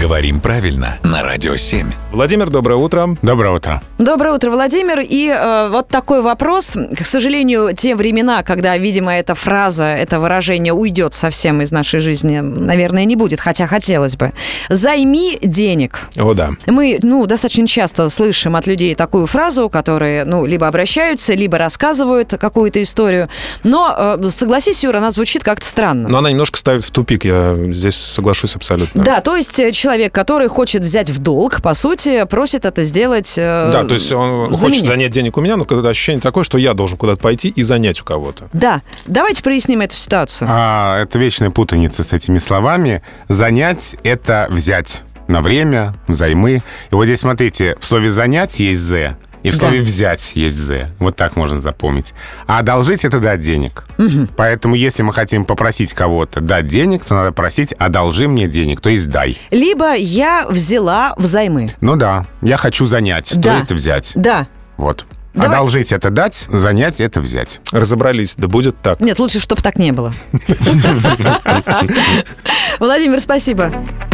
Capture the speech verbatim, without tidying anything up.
Говорим правильно на Радио семь. Владимир, доброе утро. Доброе утро. Доброе утро, Владимир. И э, вот такой вопрос. К сожалению, те времена, когда, видимо, эта фраза, это выражение уйдет совсем из нашей жизни, наверное, не будет, хотя хотелось бы. «Займи денег». О, да. Мы, ну, достаточно часто слышим от людей такую фразу, которые, ну, либо обращаются, либо рассказывают какую-то историю. Но, э, согласись, Юра, она звучит как-то странно. Но она немножко ставит в тупик, я здесь соглашусь абсолютно. Да, то есть человек, который хочет взять в долг, по сути, просит это сделать э, Да, то есть он за хочет меня. занять денег у меня, но когда ощущение такое, что я должен куда-то пойти и занять у кого-то. Да, давайте проясним эту ситуацию. А, это вечная путаница с этими словами. Занять — это взять на время, взаймы. И вот здесь, смотрите, в слове «занять» есть «з», и в слове Да. «взять» есть «з». Вот так можно запомнить. А одолжить — это дать денег. Угу. Поэтому если мы хотим попросить кого-то дать денег, то надо просить «одолжи мне денег», то есть «дай». Либо я взяла взаймы. Ну да, я хочу занять, Да. то есть взять. Да. Вот. Давай. Одолжить — это дать, занять — это взять. Разобрались, да будет так. Нет, лучше, чтобы так не было. Владимир, спасибо.